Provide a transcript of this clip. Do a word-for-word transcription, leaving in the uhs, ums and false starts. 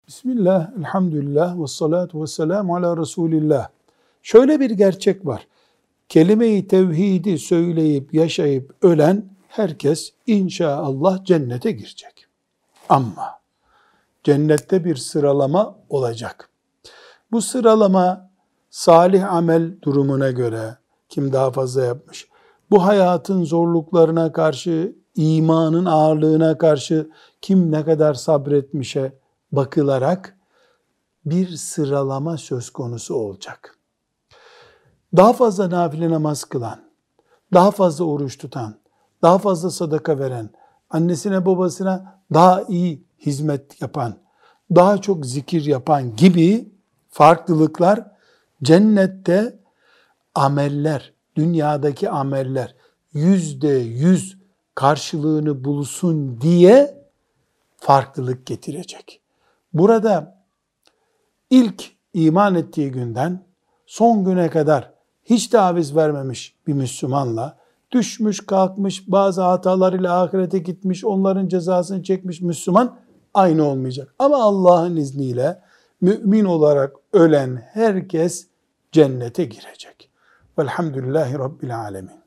Bismillah, elhamdülillah, ve salatu ve selamu ala Resulillah. Şöyle bir gerçek var. Kelime-i tevhidi söyleyip yaşayıp ölen herkes inşallah cennete girecek. Ama cennette bir sıralama olacak. Bu sıralama salih amel durumuna göre kim daha fazla yapmış, bu hayatın zorluklarına karşı, imanın ağırlığına karşı kim ne kadar sabretmişe bakılarak bir sıralama söz konusu olacak. Daha fazla nafile namaz kılan, daha fazla oruç tutan, daha fazla sadaka veren, annesine babasına daha iyi hizmet yapan, daha çok zikir yapan gibi farklılıklar cennette ameller, dünyadaki ameller yüzde yüz karşılığını bulsun diye farklılık getirecek. Burada ilk iman ettiği günden son güne kadar hiç taviz vermemiş bir Müslümanla düşmüş kalkmış bazı hatalarıyla ahirete gitmiş onların cezasını çekmiş Müslüman aynı olmayacak. Ama Allah'ın izniyle mümin olarak ölen herkes cennete girecek. Velhamdülillahi Rabbil alemin.